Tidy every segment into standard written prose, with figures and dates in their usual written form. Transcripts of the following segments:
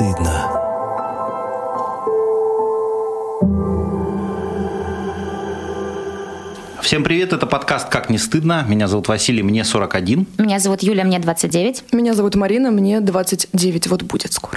стыдно». Всем привет, это подкаст «Как не стыдно». Меня зовут Василий, мне 41. Меня зовут Юля, мне 29. Меня зовут Марина, мне 29, вот будет скоро.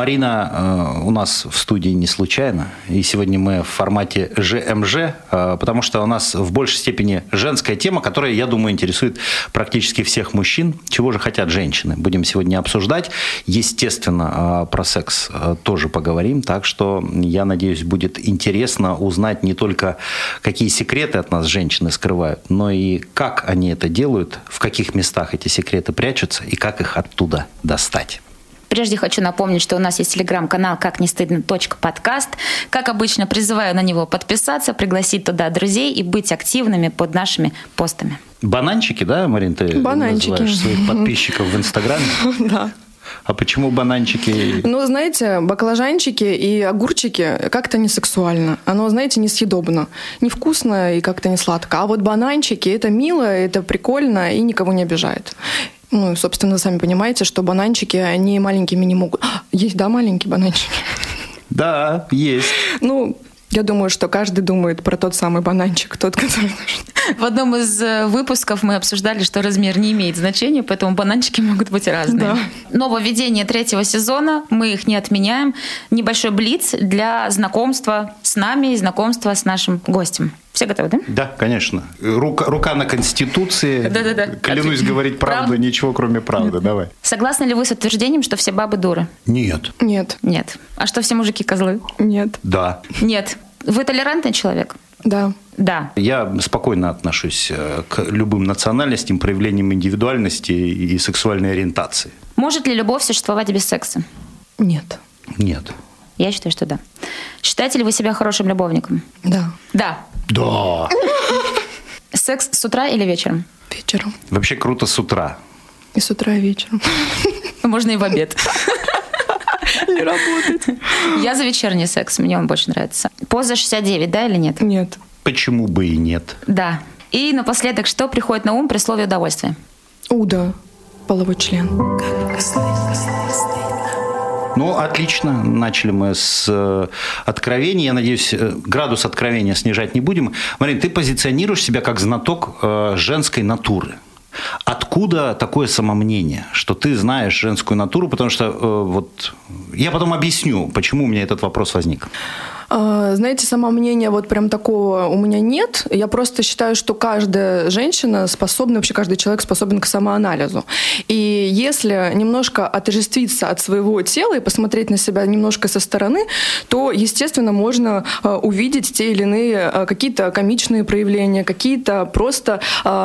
Марина у нас в студии не случайно, и сегодня мы в формате ЖМЖ, потому что у нас в большей степени женская тема, которая, я думаю, интересует практически всех мужчин. Чего же хотят женщины? Будем сегодня обсуждать. Естественно, про секс тоже поговорим, так что, я надеюсь, будет интересно узнать не только, какие секреты от нас женщины скрывают, но и как они это делают, в каких местах эти секреты прячутся и как их оттуда достать. Прежде хочу напомнить, что у нас есть телеграм-канал «Как не стыдно. Подкаст». Как обычно, призываю на него подписаться, пригласить туда друзей и быть активными под нашими постами. Бананчики, да, Марин, ты называешь своих подписчиков в Инстаграме? Да. А почему бананчики? Ну, знаете, баклажанчики и огурчики как-то не сексуально. Оно, знаете, несъедобно. Невкусно и как-то не сладко. А вот бананчики – это мило, это прикольно и никого не обижает. Ну, собственно, сами понимаете, что бананчики, они маленькими не могут. Есть, да, маленькие бананчики? Да, есть. Ну, я думаю, что каждый думает про тот самый бананчик, тот, который нужен. В одном из выпусков мы обсуждали, что размер не имеет значения, поэтому бананчики могут быть разные. Да. Нововведение 3-го сезона, мы их не отменяем. Небольшой блиц для знакомства с нами и знакомства с нашим гостем. Все готовы, да? Да, конечно. Рука на Конституции. Да. Клянусь говорить правду, ничего кроме правды. Нет. Давай. Согласны ли вы с утверждением, что все бабы дуры? Нет. Нет. Нет. А что все мужики козлы? Нет. Да. Нет. Вы толерантный человек? Да. Да. Я спокойно отношусь к любым национальностям, проявлениям индивидуальности и сексуальной ориентации. Может ли любовь существовать без секса? Нет. Нет. Я считаю, что да. Считаете ли вы себя хорошим любовником? Да. Да. Да. Секс с утра или вечером? Вечером. Вообще круто с утра. И с утра, и вечером. Можно и в обед. Не работает. Я за вечерний секс, мне он больше нравится. Поза 69, да или нет? Нет. Почему бы и нет? Да. И напоследок, что приходит на ум при слове удовольствие? Уда. Половой член. Ну, отлично. Начали мы с откровений. Я надеюсь, градус откровения снижать не будем. Марин, ты позиционируешь себя как знаток женской натуры. Откуда такое самомнение, что ты знаешь женскую натуру? Потому что вот я потом объясню, почему у меня этот вопрос возник. Знаете, самомнения вот прям такого у меня нет. Я просто считаю, что каждая женщина способна, вообще каждый человек способен к самоанализу. И если немножко отождествиться от своего тела и посмотреть на себя немножко со стороны, то, естественно, можно увидеть те или иные какие-то комичные проявления, какие-то просто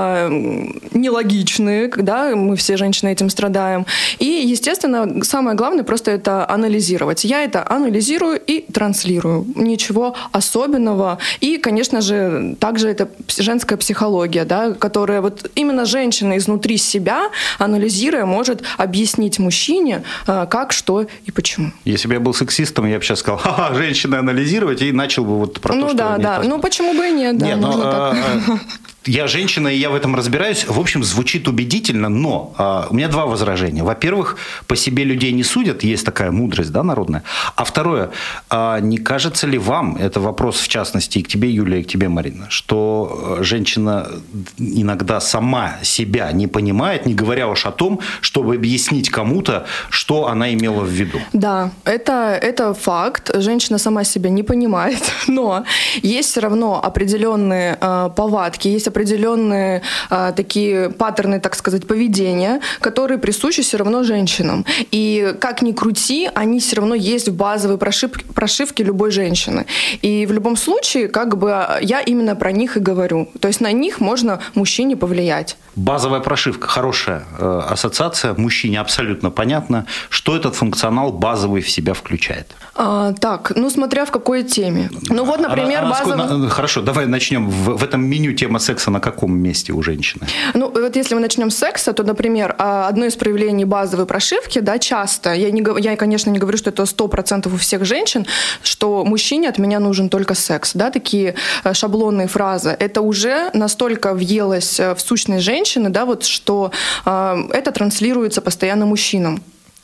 нелогичные, когда мы все женщины этим страдаем. И, естественно, самое главное просто это анализировать. Я это анализирую и транслирую. Ничего особенного. И, конечно же, также это женская психология, да, которая вот именно женщина изнутри себя, анализируя, может объяснить мужчине, как, что и почему. Если бы я был сексистом, я бы сейчас сказал, ха-ха, женщины анализировать, и начал бы вот про то, что... Ну да. Ну почему бы и нет, да, можно так. Я женщина, и я в этом разбираюсь. В общем, звучит убедительно, но у меня два возражения. Во-первых, по себе людей не судят, есть такая мудрость, да, народная. А второе, не кажется ли вам, это вопрос в частности и к тебе, Юлия, и к тебе, Марина, что женщина иногда сама себя не понимает, не говоря уж о том, чтобы объяснить кому-то, что она имела в виду? Да, это факт. Женщина сама себя не понимает, но есть все равно определенные повадки, есть определенные такие паттерны, так сказать, поведения, которые присущи все равно женщинам. И как ни крути, они все равно есть в базовой прошивке любой женщины. И в любом случае, как бы я именно про них и говорю. То есть на них можно мужчине повлиять. Базовая прошивка, хорошая ассоциация. Мужчине абсолютно понятно, что этот функционал базовый в себя включает. Так, смотря в какой теме. Ну вот, например, базовый... Хорошо, давай начнем. В этом меню тема секса на каком месте у женщины? Ну вот если мы начнем с секса, то, например, одно из проявлений базовой прошивки, да, часто, я, конечно, не говорю, что это 100% у всех женщин, что мужчине от меня нужен только секс, да, такие шаблонные фразы. Это уже настолько въелось в сущность женщины, да, вот, что это транслируется постоянно мужчинам.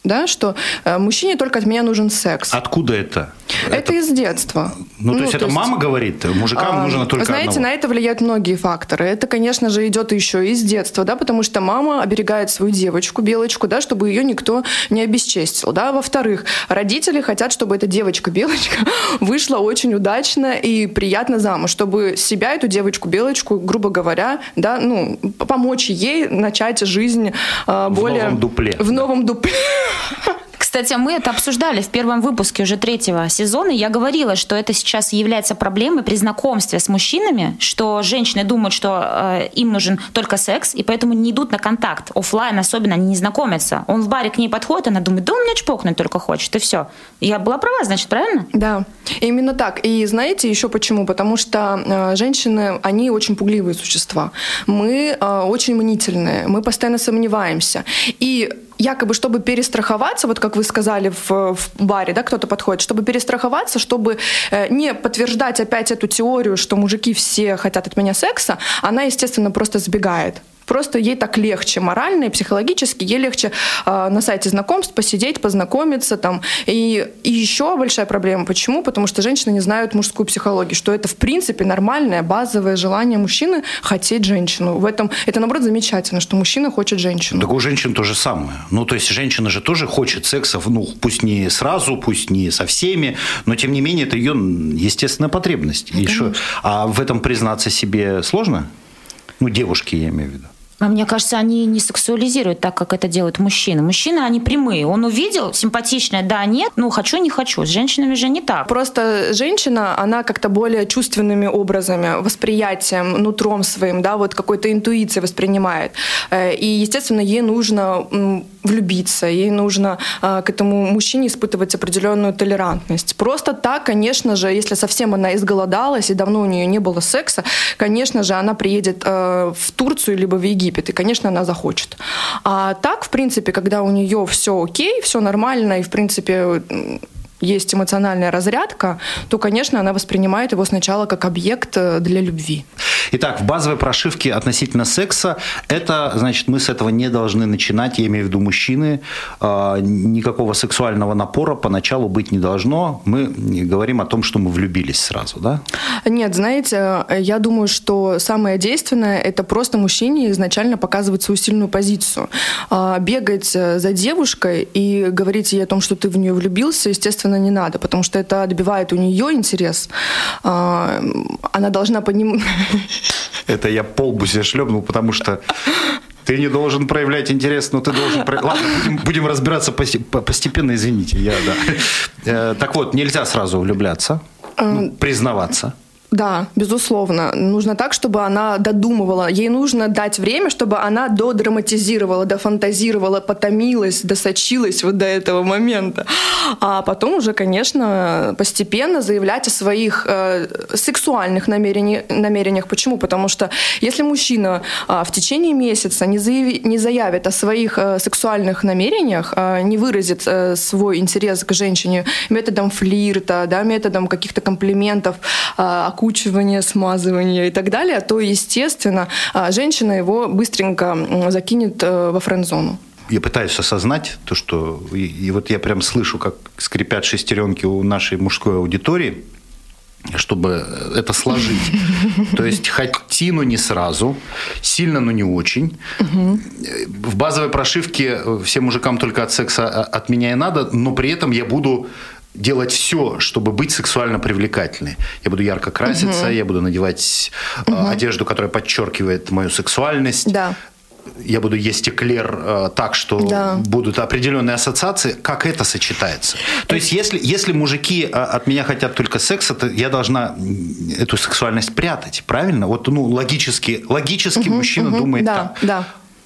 Да, что мужчине только от меня нужен секс. Откуда это? Это из детства. То есть это мама говорит, мужикам нужно только знаете, одного. на это влияют многие факторы. Это, конечно же, идет еще из детства, да, потому что мама оберегает свою девочку, белочку, да, чтобы ее никто не обесчестил. Да. Во-вторых, родители хотят, чтобы эта девочка-белочка вышла очень удачно и приятно замуж, чтобы себя, эту девочку-белочку, грубо говоря, да, помочь ей начать жизнь более... В новом дупле. Кстати, мы это обсуждали в первом выпуске уже 3-го сезона. Я говорила, что это сейчас является проблемой при знакомстве с мужчинами, что женщины думают, что им нужен только секс, и поэтому не идут на контакт. Оффлайн особенно они не знакомятся. Он в баре к ней подходит, она думает, да он меня чпокнуть только хочет, и все. Я была права, значит, правильно? Да, именно так. И знаете еще почему? Потому что женщины, они очень пугливые существа. Мы очень мнительные, мы постоянно сомневаемся. И якобы, чтобы перестраховаться, вот как вы сказали в баре, да, кто-то подходит, чтобы перестраховаться, чтобы не подтверждать опять эту теорию, что мужики все хотят от меня секса, она, естественно, просто сбегает. Просто ей так легче морально и психологически, ей легче на сайте знакомств посидеть, познакомиться там. И еще большая проблема. Почему? Потому что женщины не знают мужскую психологию, что это в принципе нормальное базовое желание мужчины хотеть женщину. В этом это наоборот замечательно, что мужчина хочет женщину. Так у женщин то же самое. То есть женщина же тоже хочет секса, пусть не сразу, пусть не со всеми, но тем не менее это ее естественная потребность. А в этом признаться себе сложно? Девушки, я имею в виду. А мне кажется, они не сексуализируют так, как это делают мужчины. Мужчины, они прямые. Он увидел, симпатичное, да, нет, хочу, не хочу. С женщинами же не так. Просто женщина, она как-то более чувственными образами, восприятием, нутром своим, да, вот какой-то интуицией воспринимает. И, естественно, ей нужно влюбиться, ей нужно к этому мужчине испытывать определенную толерантность. Просто так, конечно же, если совсем она изголодалась и давно у нее не было секса, конечно же, она приедет в Турцию либо в Египет, и, конечно, она захочет. А так, в принципе, когда у нее все окей, все нормально, и, в принципе, есть эмоциональная разрядка, то, конечно, она воспринимает его сначала как объект для любви. Итак, в базовой прошивке относительно секса, это, значит, мы с этого не должны начинать, я имею в виду мужчины, никакого сексуального напора поначалу быть не должно. Мы говорим о том, что мы влюбились сразу, да? Нет, знаете, я думаю, что самое действенное – это просто мужчине изначально показывать свою сильную позицию. Бегать за девушкой и говорить ей о том, что ты в нее влюбился, естественно, не надо, потому что это отбивает у нее интерес. Она должна понимать... Это я по лбу себе шлепнул, потому что ты не должен проявлять интерес, но ты должен... Ладно, будем разбираться постепенно, извините. Так вот, нельзя сразу влюбляться, признаваться. Да, безусловно. Нужно так, чтобы она додумывала. Ей нужно дать время, чтобы она додраматизировала, дофантазировала, потомилась, досочилась вот до этого момента. А потом уже, конечно, постепенно заявлять о своих сексуальных намерениях. Почему? Потому что если мужчина в течение месяца не заявит о своих сексуальных намерениях, не выразит свой интерес к женщине методом флирта, да, методом каких-то комплиментов, окучивания, смазывания и так далее, то, естественно, женщина его быстренько закинет во френд-зону. Я пытаюсь осознать то, что... И вот я прям слышу, как скрипят шестеренки у нашей мужской аудитории, чтобы это сложить. То есть хоть но не сразу, сильно, но не очень. В базовой прошивке всем мужикам только от секса от меня и надо, но при этом я буду делать все, чтобы быть сексуально привлекательной. Я буду ярко краситься, я буду надевать одежду, которая подчеркивает мою сексуальность. Да. Я буду есть эклер так, что будут определенные ассоциации. Как это сочетается? То есть, если мужики от меня хотят только секса, то я должна эту сексуальность прятать, правильно? Вот, логически мужчина думает так. Да.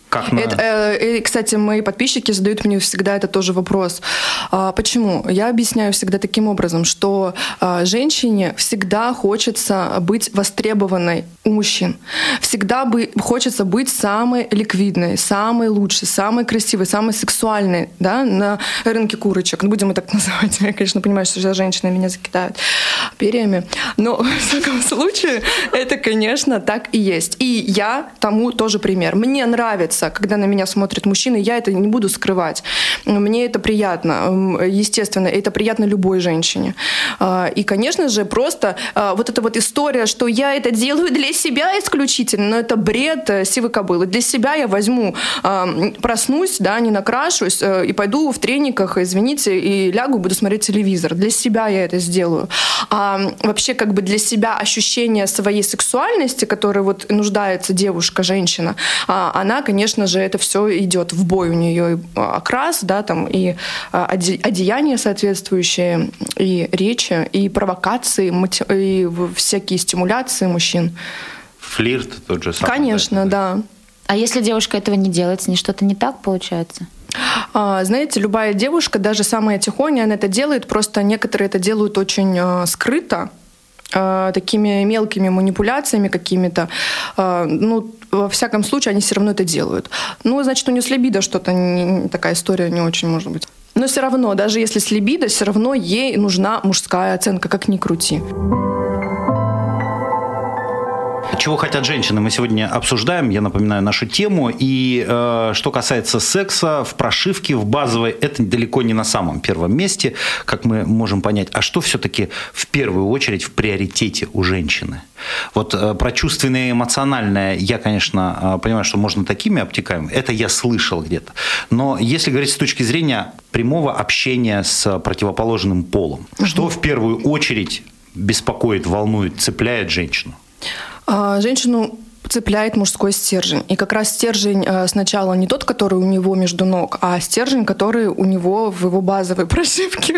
И, кстати, мои подписчики задают мне всегда это тоже вопрос. Почему? Я объясняю всегда таким образом, что женщине всегда хочется быть востребованной у мужчин. Всегда хочется быть самой ликвидной, самой лучшей, самой красивой, самой сексуальной, да, на рынке курочек. Будем это так называть. Я, конечно, понимаю, что женщины меня закидают перьями. Но, в всяком случае, это, конечно, так и есть. И я тому тоже пример. Мне нравится нравится, когда на меня смотрит мужчина, я это не буду скрывать. Мне это приятно, естественно, это приятно любой женщине. И, конечно же, просто вот эта вот история, что я это делаю для себя исключительно, но это бред сивой кобылы. Для себя я возьму, проснусь, да, не накрашусь и пойду в трениках, извините, и лягу, буду смотреть телевизор. Для себя я это сделаю. А вообще как бы для себя ощущение своей сексуальности, которой вот нуждается девушка, женщина, она, конечно же, это все идет в бой. У нее и окрас, да, там, и одеяния соответствующие, и речи, и провокации, и всякие стимуляции мужчин. Флирт тот же самый. Конечно, да. А если девушка этого не делает, с ней что-то не так получается? Знаете, любая девушка, даже самая тихоня, она это делает, просто некоторые это делают очень скрыто, такими мелкими манипуляциями какими-то. Ну, во всяком случае, они все равно это делают. Ну, значит, у нее с либидо что-то, такая история не очень может быть. Но все равно, даже если с либидо, все равно ей нужна мужская оценка, как ни крути. Чего хотят женщины, мы сегодня обсуждаем, я напоминаю, нашу тему. И что касается секса, в прошивке, в базовой, это далеко не на самом первом месте, как мы можем понять. А что все-таки в первую очередь в приоритете у женщины? Вот про чувственное и эмоциональное я, конечно, понимаю, что можно такими обтекаемыми. Это я слышал где-то. Но если говорить с точки зрения прямого общения с противоположным полом, что в первую очередь беспокоит, волнует, цепляет женщину? Женщину цепляет мужской стержень. И как раз стержень сначала не тот, который у него между ног, а стержень, который у него в его базовой прошивке.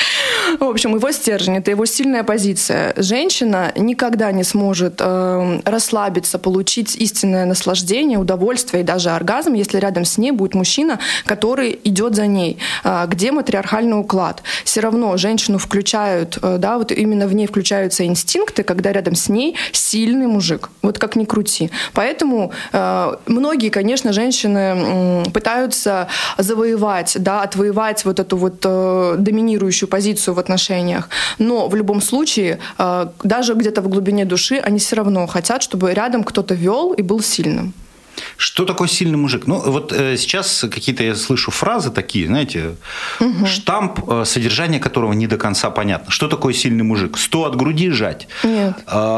В общем, его стержень — это его сильная позиция. Женщина никогда не сможет расслабиться, получить истинное наслаждение, удовольствие и даже оргазм, если рядом с ней будет мужчина, который идет за ней. Где матриархальный уклад? Все равно женщину включают, да, вот именно в ней включаются инстинкты, когда рядом с ней сильный мужик. Вот как ни крути. Поэтому многие, конечно, женщины пытаются завоевать, да, отвоевать вот эту вот доминирующую позицию в отношениях. Но в любом случае, даже где-то в глубине души, они все равно хотят, чтобы рядом кто-то вел и был сильным. Что такое сильный мужик? Ну, вот сейчас какие-то я слышу фразы такие, знаете, штамп, содержание которого не до конца понятно. Что такое сильный мужик? 100 от груди жать? Нет.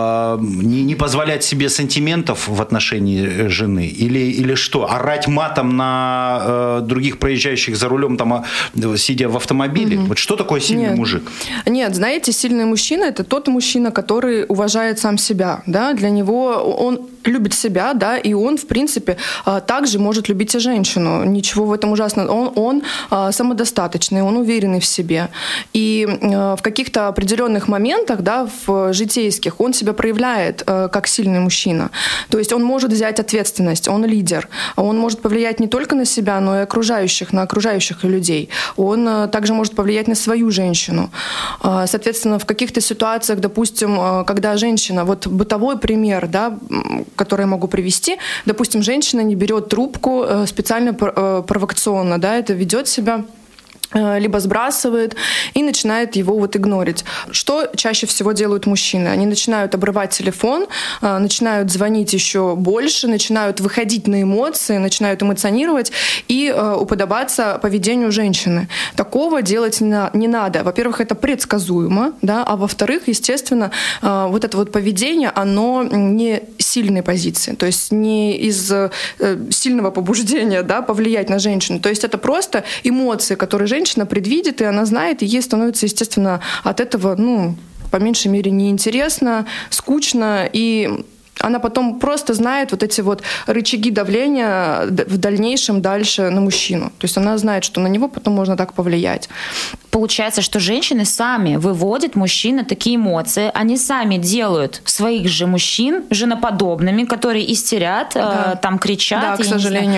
Не позволять себе сантиментов в отношении жены? Или что? Орать матом на других проезжающих за рулем, там, сидя в автомобиле? Вот что такое сильный мужик? Нет, знаете, сильный мужчина — это тот мужчина, который уважает сам себя. Да? Для него он любит себя, да, и он, в принципе, также может любить и женщину. Ничего в этом ужасного. Он самодостаточный, он уверенный в себе. И в каких-то определенных моментах, да, в житейских, он себя проявляет как сильный мужчина. То есть он может взять ответственность, он лидер. Он может повлиять не только на себя, но и на окружающих людей. Он также может повлиять на свою женщину. Соответственно, в каких-то ситуациях, допустим, когда женщина, вот бытовой пример, да, который я могу привести, допустим, женщина не берет трубку специально провокационно, да, это ведет себя либо сбрасывает и начинает его вот игнорить. Что чаще всего делают мужчины? Они начинают обрывать телефон, начинают звонить еще больше, начинают выходить на эмоции, начинают эмоционировать и уподобаться поведению женщины. Такого делать не надо. Во-первых, это предсказуемо, да, а во-вторых, естественно, вот это вот поведение, оно не сильной позиции, то есть не из сильного побуждения, да, повлиять на женщину. То есть это просто эмоции, которые женщина предвидит, и она знает, и ей становится, естественно, от этого, ну, по меньшей мере, неинтересно, скучно, и она потом просто знает вот эти вот рычаги давления в дальнейшем дальше на мужчину. То есть она знает, что на него потом можно так повлиять. Получается, что женщины сами выводят мужчин на такие эмоции. Они сами делают своих же мужчин женоподобными, которые истерят, там кричат. Да, к сожалению.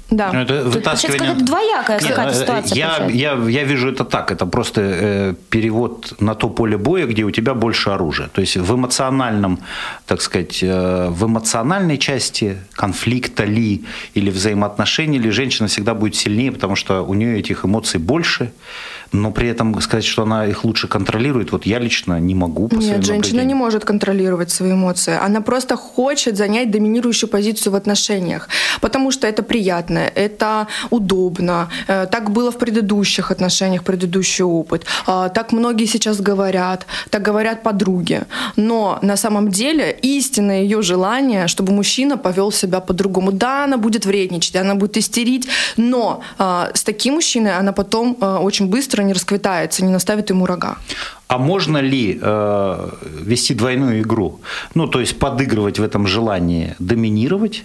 Да. Это вытаскивание... Тут двоякая какая-то ситуация. Я вижу это так. Это просто перевод на то поле боя, где у тебя больше оружия. То есть в эмоциональном, так сказать, в эмоциональной части конфликта ли или взаимоотношений ли женщина всегда будет сильнее, потому что у нее этих эмоций больше. Но при этом сказать, что она их лучше контролирует, вот я лично не могу. Нет, женщина не может контролировать свои эмоции. Она просто хочет занять доминирующую позицию в отношениях, потому что это приятно, это удобно. Так было в предыдущих отношениях, предыдущий опыт. Так многие сейчас говорят, так говорят подруги. Но на самом деле истинное ее желание, чтобы мужчина повел себя по-другому. Да, она будет вредничать, она будет истерить, но с таким мужчиной она потом очень быстро не расквитается, не наставит ему рога. А можно ли вести двойную игру? Ну, то есть подыгрывать в этом желании, доминировать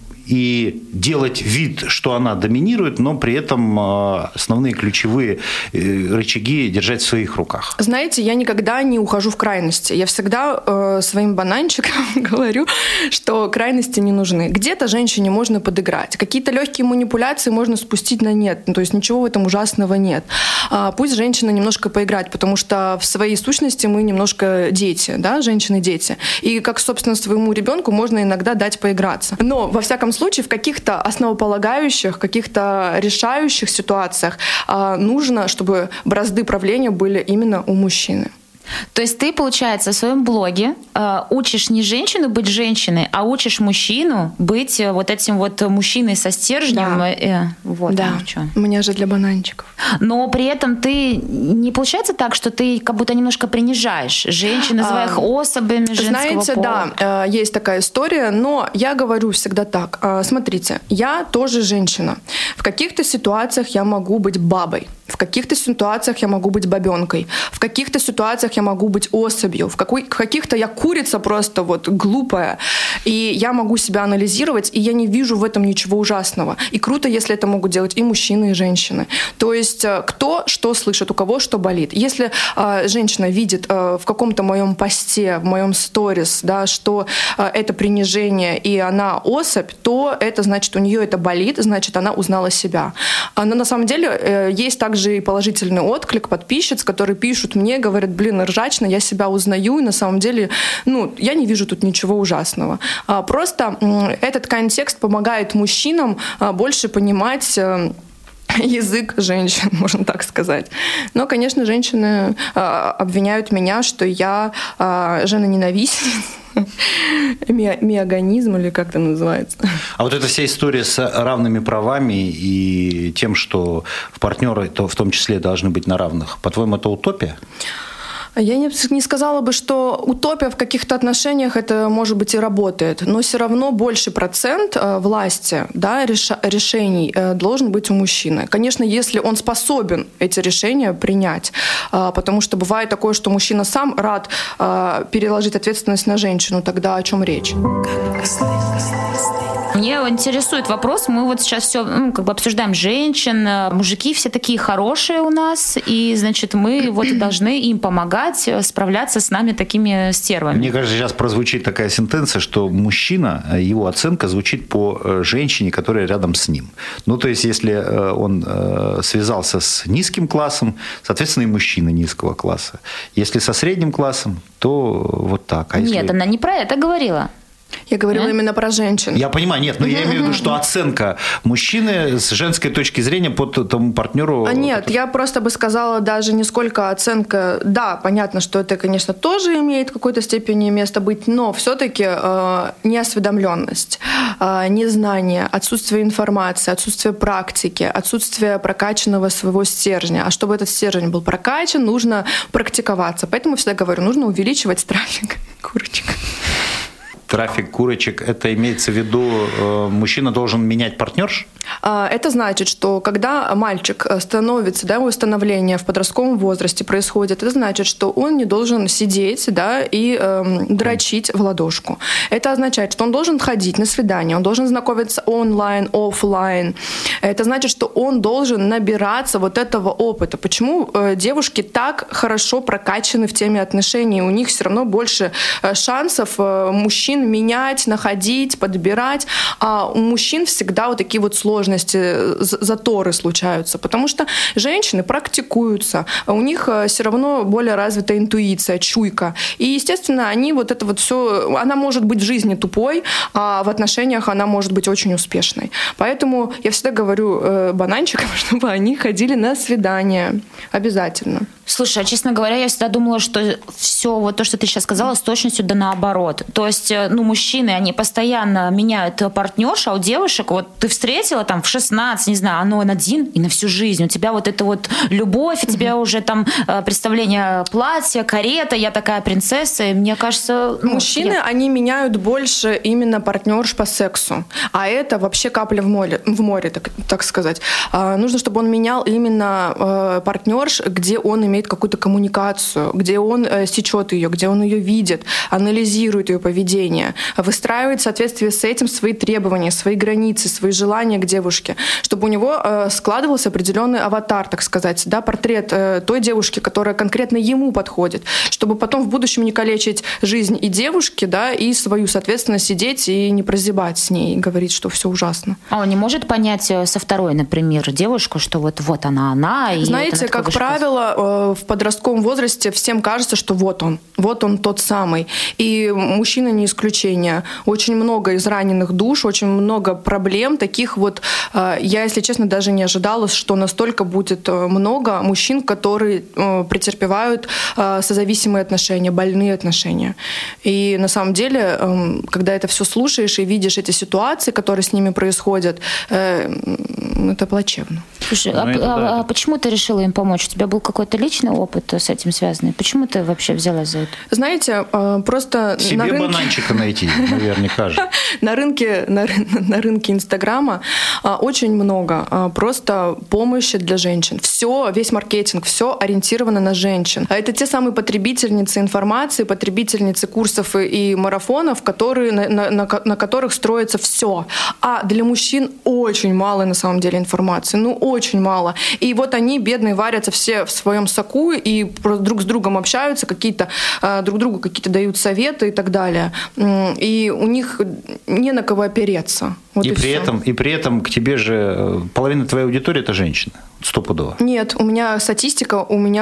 и делать вид, что она доминирует, но при этом основные ключевые рычаги держать в своих руках? Знаете, я никогда не ухожу в крайности. Я всегда своим бананчикам говорю, что крайности не нужны. Где-то женщине можно подыграть. Какие-то легкие манипуляции можно спустить на нет. То есть ничего в этом ужасного нет. Пусть женщина немножко поиграет, потому что в своей сущности мы немножко дети, да, женщины-дети. И как, собственно, своему ребенку можно иногда дать поиграться. Но, во всяком случае, в каких-то основополагающих, каких-то решающих ситуациях нужно, чтобы бразды правления были именно у мужчины. То есть ты, получается, в своем блоге учишь не женщину быть женщиной, а учишь мужчину быть вот этим вот мужчиной со стержнем. Да, вот, да. У меня же для бананчиков. Но при этом ты не получается так, что ты как будто немножко принижаешь женщин, называя их особями женского знаете, пола. да, есть такая история, но я говорю всегда так. Смотрите, я тоже женщина. В каких-то ситуациях я могу быть бабой. В каких-то ситуациях я могу быть бабенкой. В каких-то ситуациях я могу быть особью. В каких-то я курица просто вот глупая. И я могу себя анализировать, и я не вижу в этом ничего ужасного. И круто, если это могут делать и мужчины, и женщины. То есть кто что слышит, у кого что болит. Если женщина видит в каком-то моем посте, в моем сторис, да, что это принижение, и она особь, то это значит, у нее это болит, значит, она узнала себя. Но на самом деле есть также и положительный отклик подписчиц, которые пишут мне, говорят, блин, ржачно, я себя узнаю, и на самом деле, я не вижу тут ничего ужасного. Просто этот контекст помогает мужчинам больше понимать язык женщин, можно так сказать. Но, конечно, женщины обвиняют меня, что я женоненавистница, миоганизм или как это называется. А вот эта вся история с равными правами и тем, что партнеры в том числе должны быть на равных, по-твоему, это утопия? Я не сказала бы, что утопия в каких-то отношениях это, может быть, и работает, но все равно больший процент власти, да, решений должен быть у мужчины. Конечно, если он способен эти решения принять, потому что бывает такое, что мужчина сам рад переложить ответственность на женщину, тогда о чем речь? Мне интересует вопрос, мы вот сейчас все обсуждаем женщин, мужики все такие хорошие у нас, и, значит, мы вот должны им помогать справляться с нами такими стервами. Мне кажется, сейчас прозвучит такая сентенция, что мужчина, его оценка звучит по женщине, которая рядом с ним. То есть, если он связался с низким классом, соответственно, и мужчина низкого класса. Если со средним классом, то вот так. Нет, она не про это говорила. Я говорила именно про женщин. Я понимаю, нет, но я имею в виду, что оценка мужчины с женской точки зрения по тому партнеру... Нет, я просто бы сказала даже не сколько оценка... Да, понятно, что это, конечно, тоже имеет в какой-то степени место быть, но все-таки неосведомленность, незнание, отсутствие информации, отсутствие практики, отсутствие прокачанного своего стержня. А чтобы этот стержень был прокачан, нужно практиковаться. Поэтому всегда говорю, нужно увеличивать трафик курочек. Трафик курочек, это имеется в виду, мужчина должен менять партнерш? Это значит, что когда мальчик становится, его становление в подростковом возрасте происходит, это значит, что он не должен сидеть, и дрочить в ладошку. Это означает, что он должен ходить на свидания, он должен знакомиться онлайн, офлайн. Это значит, что он должен набираться вот этого опыта. Почему девушки так хорошо прокачаны в теме отношений? У них все равно больше шансов мужчин мужчин менять, находить, подбирать. А у мужчин всегда вот такие вот сложности, заторы случаются, потому что женщины практикуются, у них все равно более развита интуиция, чуйка. И, естественно, они вот это вот все, она может быть в жизни тупой, а в отношениях она может быть очень успешной. Поэтому я всегда говорю бананчикам, чтобы они ходили на свидания. Обязательно. Слушай, а честно говоря, я всегда думала, что все вот то, что ты сейчас сказала, с точностью да наоборот. То есть, мужчины, они постоянно меняют партнерш, а у девушек, вот ты встретила там в 16, не знаю, оно он один и на всю жизнь. У тебя вот эта вот любовь, у тебя уже там представление платья, карета, я такая принцесса, и мне кажется... Мужчины, они меняют больше именно партнерш по сексу, а это вообще капля в море, так сказать. Нужно, чтобы он менял именно партнерш, где он имеет какую-то коммуникацию, где он сечет ее, где он ее видит, анализирует ее поведение, выстраивает в соответствии с этим свои требования, свои границы, свои желания к девушке, чтобы у него складывался определенный аватар, так сказать, да, портрет той девушки, которая конкретно ему подходит, чтобы потом в будущем не калечить жизнь и девушки, да, и свою, соответственно, сидеть и не прозябать с ней, и говорить, что все ужасно. А он не может понять со второй, например, девушку, что вот она, и знаете, как правило, в подростковом возрасте всем кажется, что вот он тот самый. И мужчина не исключение. Очень много израненных душ, очень много проблем таких вот. Я, если честно, даже не ожидала, что настолько будет много мужчин, которые претерпевают созависимые отношения, больные отношения. И на самом деле, когда это все слушаешь и видишь эти ситуации, которые с ними происходят, это плачевно. Слушай, а почему ты решила им помочь? У тебя был какой-то личный опыт с этим связанный? Почему ты вообще взялась за это? Знаете, просто себе на рынке... бананчика найти, наверняка же. На рынке Инстаграма очень много просто помощи для женщин. Весь маркетинг, все ориентировано на женщин. А это те самые потребительницы информации, потребительницы курсов и марафонов, на которых строится все. А для мужчин очень мало на самом деле информации. Очень мало. И вот они, бедные, варятся все в своем соку и друг с другом общаются, друг другу какие-то дают советы и так далее. И у них не на кого опереться. Вот и при этом к тебе же половина твоей аудитории – это женщины. Стопудово. Нет, у меня статистика,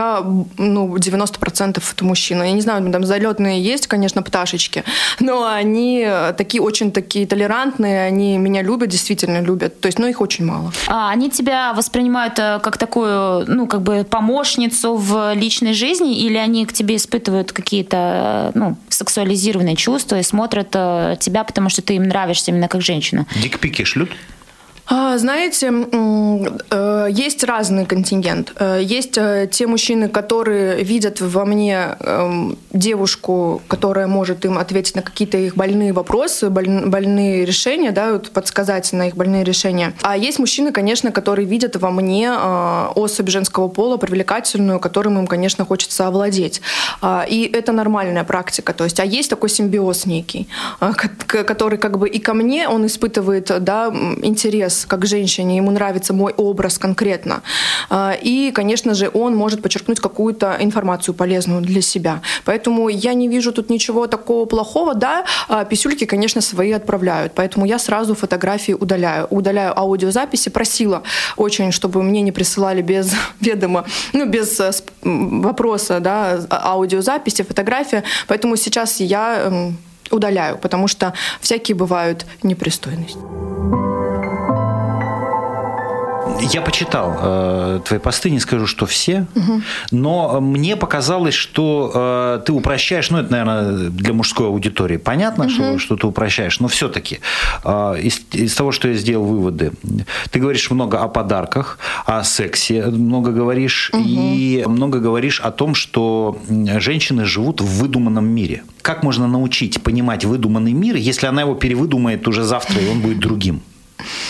90% это мужчины. Я не знаю, там залетные есть, конечно, пташечки, но они очень такие толерантные, они меня любят, действительно любят. То есть, их очень мало. А они тебя воспринимают как такую, помощницу в личной жизни, или они к тебе испытывают какие-то, сексуализированные чувства и смотрят тебя, потому что ты им нравишься именно как женщина? Дикпики шлют? Знаете, есть разный контингент. Есть те мужчины, которые видят во мне девушку, которая может им ответить на какие-то их больные вопросы, больные решения, да, подсказать на их больные решения. А есть мужчины, конечно, которые видят во мне особь женского пола, привлекательную, которым им, конечно, хочется овладеть. И это нормальная практика. То есть, есть такой симбиоз некий, который как бы и ко мне он испытывает, да, интерес как женщине, ему нравится мой образ конкретно. И, конечно же, он может подчеркнуть какую-то информацию полезную для себя. Поэтому я не вижу тут ничего такого плохого. Да, писюльки, конечно, свои отправляют. Поэтому я сразу фотографии удаляю. Удаляю аудиозаписи. Просила очень, чтобы мне не присылали без ведома, без вопроса, да, аудиозаписи, фотографии. Поэтому сейчас я удаляю, потому что всякие бывают непристойности. Я почитал твои посты, не скажу, что все, но мне показалось, что ты упрощаешь, это, наверное, для мужской аудитории понятно, что ты упрощаешь, но все-таки из того, что я сделал выводы, ты говоришь много о подарках, о сексе много говоришь, и много говоришь о том, что женщины живут в выдуманном мире. Как можно научить понимать выдуманный мир, если она его перевыдумает уже завтра, и он будет другим?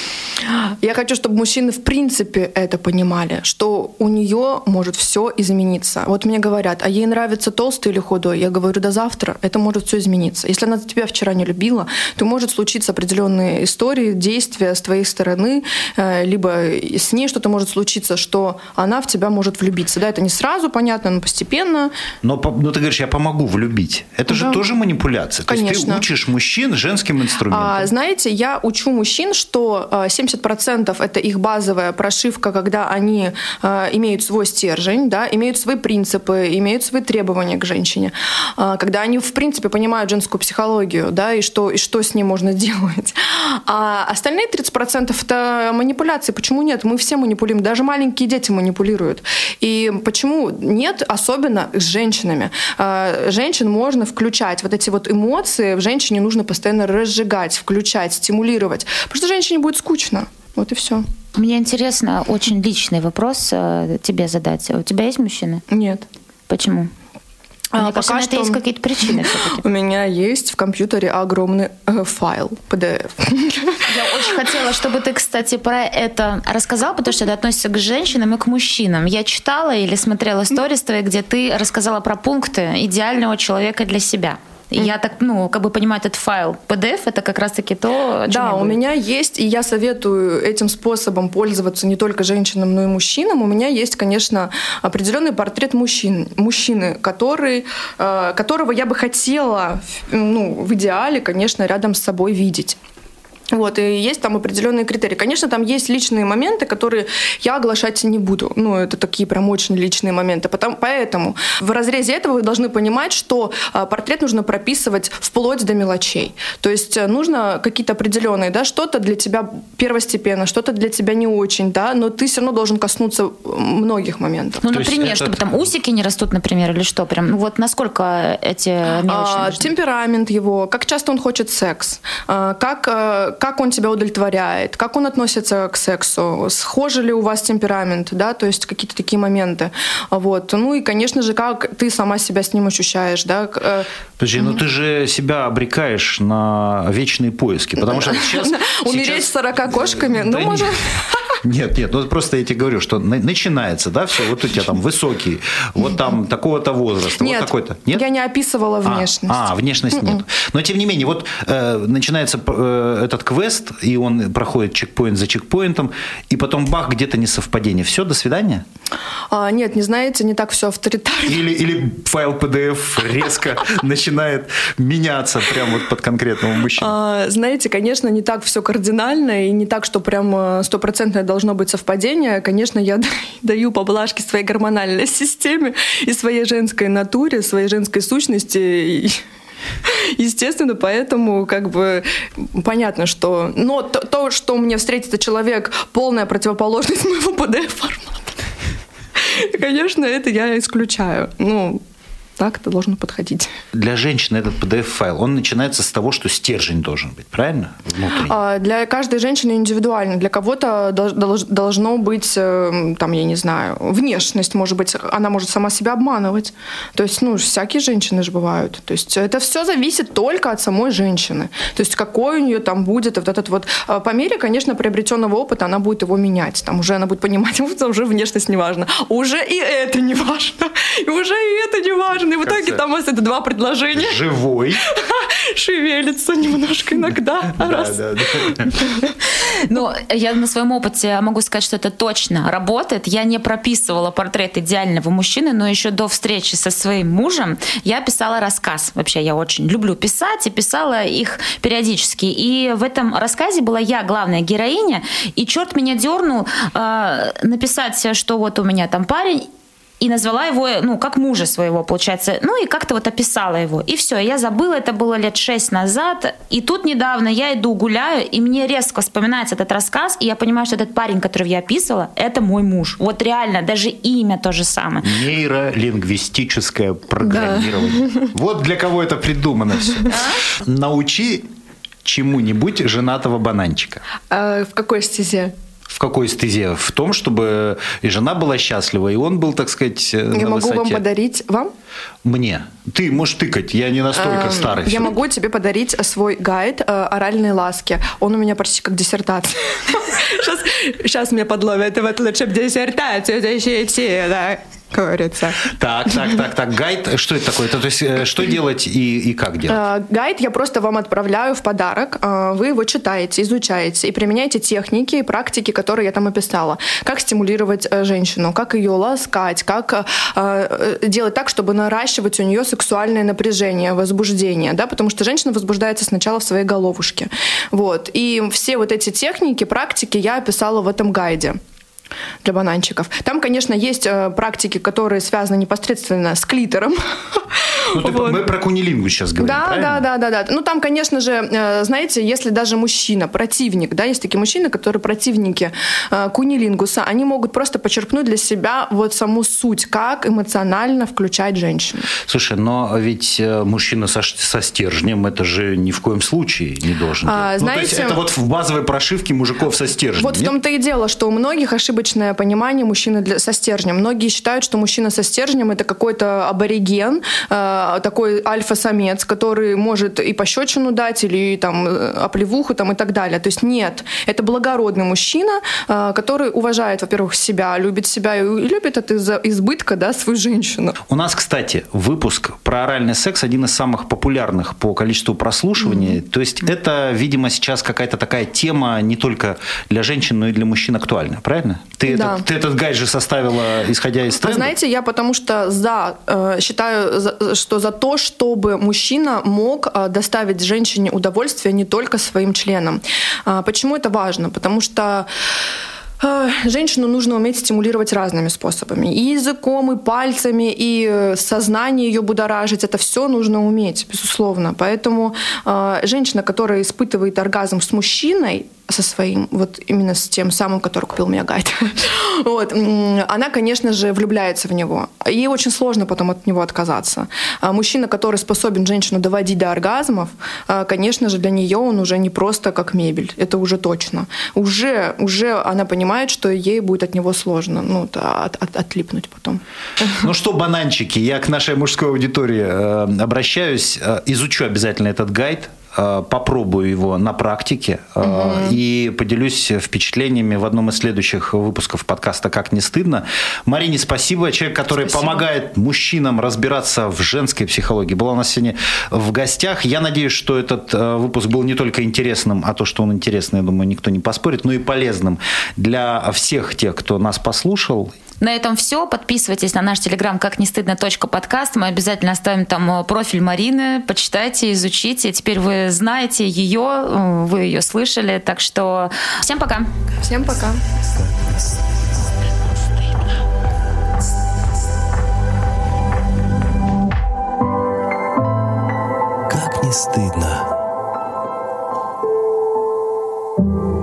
Я хочу, чтобы мужчины в принципе это понимали, что у нее может все измениться. Вот мне говорят, а ей нравится толстый или худой? Я говорю, до завтра это может все измениться. Если она тебя вчера не любила, то может случиться определенные истории, действия с твоей стороны, либо с ней что-то может случиться, что она в тебя может влюбиться. Да, это не сразу, понятно, но постепенно. Но ты говоришь, я помогу влюбить. Это же тоже манипуляция. Конечно. То есть ты учишь мужчин женским инструментом. Знаете, я учу мужчин, что 70% это их базовая прошивка, когда они имеют свой стержень, да, имеют свои принципы, имеют свои требования к женщине, когда они в принципе понимают женскую психологию, да, и что с ней можно делать. А остальные 30% это манипуляции. Почему нет? Мы все манипулируем, даже маленькие дети манипулируют. И почему нет? Особенно с женщинами. Женщин можно включать. Вот эти вот эмоции в женщине нужно постоянно разжигать, включать, стимулировать. Потому что женщине будет скучно. Вот и все. Мне интересно, очень личный вопрос тебе задать. У тебя есть мужчина? Нет. Почему? Мне кажется, на это есть какие-то причины все-таки. У меня есть в компьютере огромный файл PDF. Я очень хотела, чтобы ты, кстати, про это рассказал, потому что это относится к женщинам и к мужчинам. Я читала или смотрела сторис твои, где ты рассказала про пункты идеального человека для себя. Я так, понимаю, этот файл PDF, это как раз-таки то, о чем Да, у меня есть, и я советую этим способом пользоваться не только женщинам, но и мужчинам. У меня есть, конечно, определенный портрет мужчины, которого я бы хотела, в идеале, конечно, рядом с собой видеть. Вот, и есть там определенные критерии. Конечно, там есть личные моменты, которые я оглашать не буду. Это такие прям очень личные моменты. Поэтому в разрезе этого вы должны понимать, что портрет нужно прописывать вплоть до мелочей. То есть нужно какие-то определенные, да, что-то для тебя первостепенно, что-то для тебя не очень, да, но ты все равно должен коснуться многих моментов. Например, чтобы там усики не растут, например, или что? Прям насколько эти мелочи нужны? Темперамент его, как часто он хочет секс, как он тебя удовлетворяет, как он относится к сексу, схожи ли у вас темперамент, да, то есть какие-то такие моменты. Вот. И, конечно же, как ты сама себя с ним ощущаешь, да. Подожди, ты же себя обрекаешь на вечные поиски, потому что сейчас... Умереть с 40 кошками, можно... Нет, просто я тебе говорю, что начинается, да, все, вот у тебя там высокий, вот там такого-то возраста, нет, вот такой-то. Нет, я не описывала внешность. Внешность нет. Но тем не менее, вот начинается этот квест, и он проходит чекпоинт за чекпоинтом, и потом бах, где-то несовпадение. Все, до свидания? Нет, не знаете, не так все авторитарно. Или файл PDF резко начинает меняться прямо вот под конкретного мужчину. Знаете, конечно, не так все кардинально, и не так, что прям 100% должно быть совпадение. Конечно, я даю поблажки своей гормональной системе и своей женской натуре, своей женской сущности. Естественно, поэтому понятно, что... Но то, что мне встретится человек, полная противоположность моего PDF-формата, конечно, это я исключаю. Так это должно подходить. Для женщины этот PDF-файл, он начинается с того, что стержень должен быть, правильно? Внутренний. Для каждой женщины индивидуально. Для кого-то должно быть, там, я не знаю, внешность, может быть, она может сама себя обманывать. То есть, всякие женщины же бывают. То есть это все зависит только от самой женщины. То есть какой у нее там будет вот этот вот... По мере, конечно, приобретенного опыта она будет его менять. Там уже она будет понимать, уже внешность не важна. Уже и это не важно. И уже и это не важно. И в итоге там у вас это 2 предложения. Живой. Шевелится немножко иногда. Я на своем опыте могу сказать, что это точно работает. Я не прописывала портрет идеального мужчины, но еще до встречи со своим мужем я писала рассказ. Вообще, я очень люблю писать и писала их периодически. И в этом рассказе была я главная героиня, и черт меня дернул написать, что вот у меня там парень, и назвала его, как мужа своего, получается. И как-то вот описала его. И все, я забыла, это было лет 6 назад. И тут недавно я иду гуляю, и мне резко вспоминается этот рассказ, и я понимаю, что этот парень, которого я описывала, это мой муж. Вот реально, даже имя то же самое. Нейролингвистическое программирование. Да. Вот для кого это придумано все. Научи чему-нибудь женатого бананчика. В какой стезе? В какой эстезе? В том, чтобы и жена была счастлива, и он был, так сказать, на высоте. Я могу вам подарить... Вам? Мне. Ты можешь тыкать, я не настолько старый. Я могу тебе подарить свой гайд оральной ласки. Он у меня почти как диссертация. Сейчас меня подловят, вот лучше бы диссертацию защити, да, говорится. Так. Гайд, что это такое? То есть, что делать и как делать? Гайд я просто вам отправляю в подарок. Вы его читаете, изучаете и применяете техники и практики, которые я там описала. Как стимулировать женщину, как ее ласкать, как делать так, чтобы наращивать у нее сексуальное напряжение, возбуждение, да, потому что женщина возбуждается сначала в своей головушке. Вот. И все вот эти техники, практики я описала в этом гайде для бананчиков. Там, конечно, есть практики, которые связаны непосредственно с клитором. Мы про кунилингус сейчас говорим, правильно? Да. Ну, там, конечно же, знаете, если даже мужчина, противник, да, есть такие мужчины, которые противники кунилингуса, они могут просто почерпнуть для себя вот саму суть, как эмоционально включать женщину. Слушай, но ведь мужчина со стержнем, это же ни в коем случае не должен делать. Знаете, то есть это вот в базовой прошивке мужиков со стержнем. Вот в том-то и дело, что у многих ошибочное понимание мужчины со стержнем. Многие считают, что мужчина со стержнем — это какой-то абориген, такой альфа-самец, который может и пощечину дать, или там оплевуху там, и так далее. То есть нет, это благородный мужчина, который уважает, во-первых, себя и любит от избытка, да, свою женщину. У нас, кстати, выпуск про оральный секс один из самых популярных по количеству прослушиваний. То есть это, видимо, сейчас какая-то такая тема не только для женщин, но и для мужчин актуальна, правильно? Ты этот гайд же составила, исходя из тренда? Знаете, я потому что считаю, что за то, чтобы мужчина мог доставить женщине удовольствие не только своим членом. Почему это важно? Потому что женщину нужно уметь стимулировать разными способами. И языком, и пальцами, и сознание ее будоражить. Это все нужно уметь, безусловно. Поэтому женщина, которая испытывает оргазм с мужчиной, со своим, вот именно с тем самым, который купил мне гайд, вот, она, конечно же, влюбляется в него. Ей очень сложно потом от него отказаться. А мужчина, который способен женщину доводить до оргазмов, конечно же, для нее он уже не просто как мебель. Это уже точно. Уже она понимает, что ей будет от него сложно отлипнуть потом. Ну что, бананчики, я к нашей мужской аудитории обращаюсь. Изучу обязательно этот гайд. Попробую его на практике и поделюсь впечатлениями в одном из следующих выпусков подкаста «Как не стыдно». Марине спасибо. Человек, который помогает мужчинам разбираться в женской психологии, была у нас сегодня в гостях. Я надеюсь, что этот выпуск был не только интересным, а то, что он интересный, я думаю, никто не поспорит, но и полезным для всех тех, кто нас послушал. На этом все. Подписывайтесь на наш телеграм «Как не стыдно. Подкаст». Мы обязательно оставим там профиль Марины. Почитайте, изучите. Теперь вы знаете ее, вы ее слышали. Так что всем пока. Всем пока. Как не стыдно.